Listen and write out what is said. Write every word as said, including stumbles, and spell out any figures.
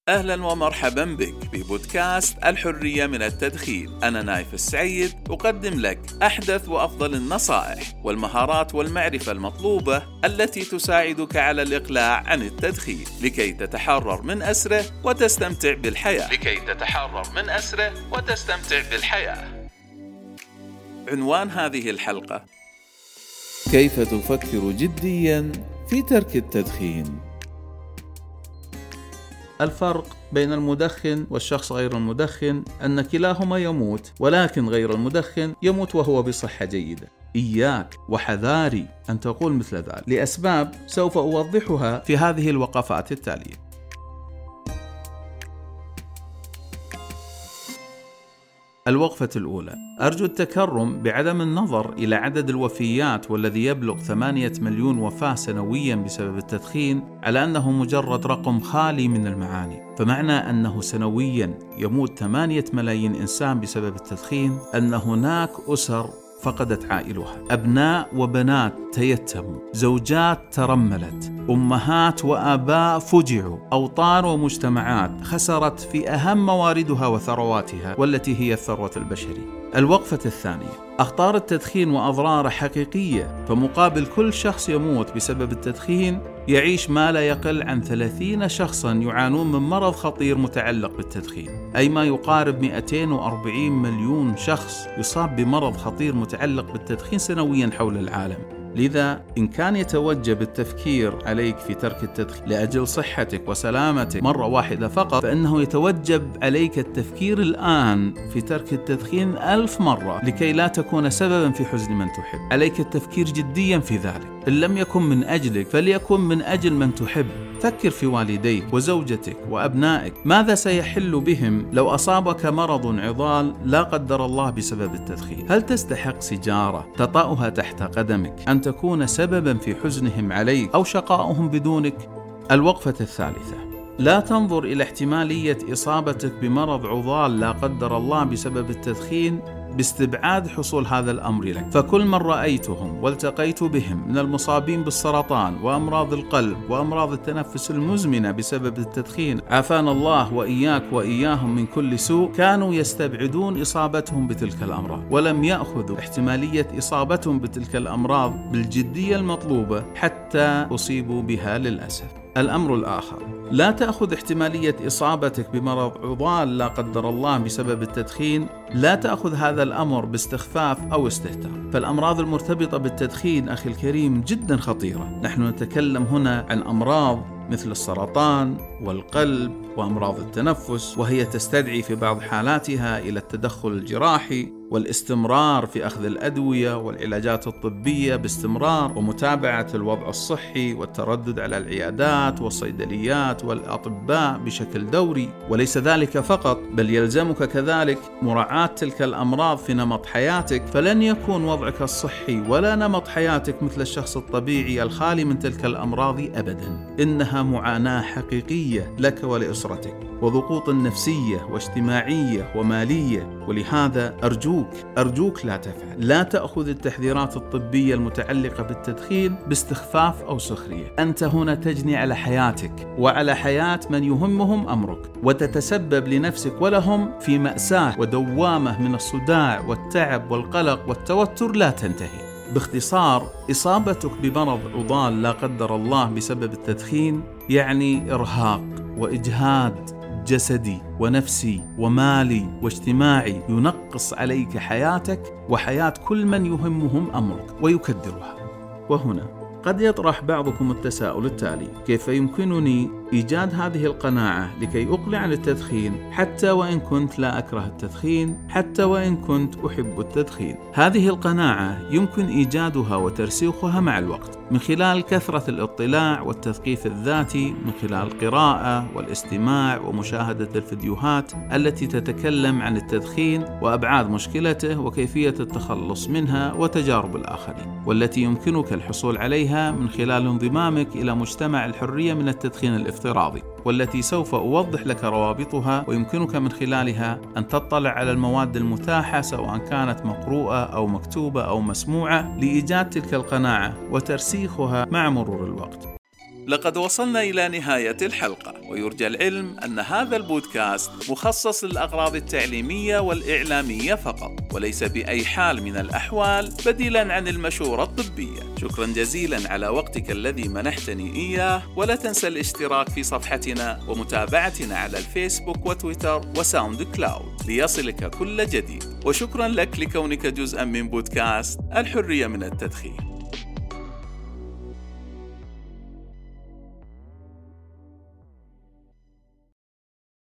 أهلا ومرحبا بك ببودكاست الحرية من التدخين. أنا نايف السعيد أقدم لك أحدث وأفضل النصائح والمهارات والمعرفة المطلوبة التي تساعدك على الإقلاع عن التدخين لكي تتحرر من أسره وتستمتع بالحياة لكي تتحرر من أسره وتستمتع بالحياة. عنوان هذه الحلقة: كيف تفكر جديا في ترك التدخين؟ الفرق بين المدخن والشخص غير المدخن أن كلاهما يموت، ولكن غير المدخن يموت وهو بصحة جيدة. إياك وحذاري أن تقول مثل ذلك لأسباب سوف أوضحها في هذه الوقفات التالية. الوقفة الأولى: أرجو التكرم بعدم النظر إلى عدد الوفيات والذي يبلغ ثمانية مليون وفاة سنويا بسبب التدخين على أنه مجرد رقم خالي من المعاني. فمعنى أنه سنويا يموت ثمانية ملايين إنسان بسبب التدخين أن هناك أسر فقدت عائلها، أبناء وبنات تيتموا، زوجات ترملت، أمهات وآباء فجعوا، أوطان ومجتمعات خسرت في أهم مواردها وثرواتها والتي هي الثروة البشرية. الوقفة الثانية: أخطار التدخين وأضراره حقيقية، فمقابل كل شخص يموت بسبب التدخين يعيش ما لا يقل عن ثلاثين شخصا يعانون من مرض خطير متعلق بالتدخين، أي ما يقارب مئتين وأربعين مليون شخص يصاب بمرض خطير متعلق بالتدخين سنويا حول العالم. لذا إن كان يتوجب التفكير عليك في ترك التدخين لأجل صحتك وسلامتك مرة واحدة فقط، فإنه يتوجب عليك التفكير الآن في ترك التدخين ألف مرة لكي لا تكون سببا في حزن من تحب. عليك التفكير جديا في ذلك، إن لم يكن من أجلك فليكن من أجل من تحب. فكر في والديك وزوجتك وأبنائك، ماذا سيحل بهم لو أصابك مرض عضال لا قدر الله بسبب التدخين؟ هل تستحق سيجارة تطأها تحت قدمك أن تكون سببا في حزنهم عليك أو شقائهم بدونك؟ الوقفة الثالثة: لا تنظر إلى احتمالية إصابتك بمرض عضال لا قدر الله بسبب التدخين باستبعاد حصول هذا الأمر لك، فكل من رأيتهم والتقيت بهم من المصابين بالسرطان وأمراض القلب وأمراض التنفس المزمنة بسبب التدخين، عافانا الله وإياك وإياهم من كل سوء، كانوا يستبعدون إصابتهم بتلك الأمراض ولم يأخذوا احتمالية إصابتهم بتلك الأمراض بالجدية المطلوبة حتى أصيبوا بها للأسف. الأمر الآخر: لا تأخذ احتمالية إصابتك بمرض عضال لا قدر الله بسبب التدخين، لا تأخذ هذا الأمر باستخفاف أو استهتار، فالأمراض المرتبطة بالتدخين أخي الكريم جدا خطيرة. نحن نتكلم هنا عن أمراض مثل السرطان والقلب وأمراض التنفس، وهي تستدعي في بعض حالاتها إلى التدخل الجراحي والاستمرار في أخذ الأدوية والعلاجات الطبية باستمرار، ومتابعة الوضع الصحي والتردد على العيادات والصيدليات والأطباء بشكل دوري. وليس ذلك فقط، بل يلزمك كذلك مراعاة تلك الأمراض في نمط حياتك، فلن يكون وضعك الصحي ولا نمط حياتك مثل الشخص الطبيعي الخالي من تلك الأمراض أبدا. إنها معاناة حقيقية لك ولأسرتك، وضغوط نفسية واجتماعية ومالية. ولهذا أرجوك أرجوك لا تفعل، لا تأخذ التحذيرات الطبية المتعلقة بالتدخين باستخفاف أو سخرية. أنت هنا تجني على حياتك وعلى حياة من يهمهم أمرك، وتتسبب لنفسك ولهم في مأساة ودوامة من الصداع والتعب والقلق والتوتر لا تنتهي. باختصار، إصابتك بمرض عضال لا قدر الله بسبب التدخين يعني إرهاق وإجهاد جسدي ونفسي ومالي واجتماعي ينقص عليك حياتك وحياة كل من يهمهم أمرك ويكدرها. وهنا قد يطرح بعضكم التساؤل التالي: كيف يمكنني إيجاد هذه القناعة لكي أقلع عن التدخين حتى وإن كنت لا أكره التدخين، حتى وإن كنت أحب التدخين؟ هذه القناعة يمكن إيجادها وترسيخها مع الوقت من خلال كثرة الاطلاع والتثقيف الذاتي، من خلال القراءة والاستماع ومشاهدة الفيديوهات التي تتكلم عن التدخين وأبعاد مشكلته وكيفية التخلص منها وتجارب الآخرين، والتي يمكنك الحصول عليها من خلال انضمامك إلى مجتمع الحرية من التدخين الافتراضي، والتي سوف أوضح لك روابطها، ويمكنك من خلالها أن تطلع على المواد المتاحة سواء كانت مقروءة أو مكتوبة أو مسموعة لإيجاد تلك القناعة وترسيخها مع مرور الوقت. لقد وصلنا إلى نهاية الحلقة، ويرجى العلم أن هذا البودكاست مخصص للأغراض التعليمية والإعلامية فقط، وليس بأي حال من الأحوال بديلاً عن المشورة الطبية. شكراً جزيلاً على وقتك الذي منحتني إياه، ولا تنسى الاشتراك في صفحتنا ومتابعتنا على الفيسبوك وتويتر وساوند كلاود ليصلك كل جديد. وشكراً لك لكونك جزءاً من بودكاست الحرية من التدخين.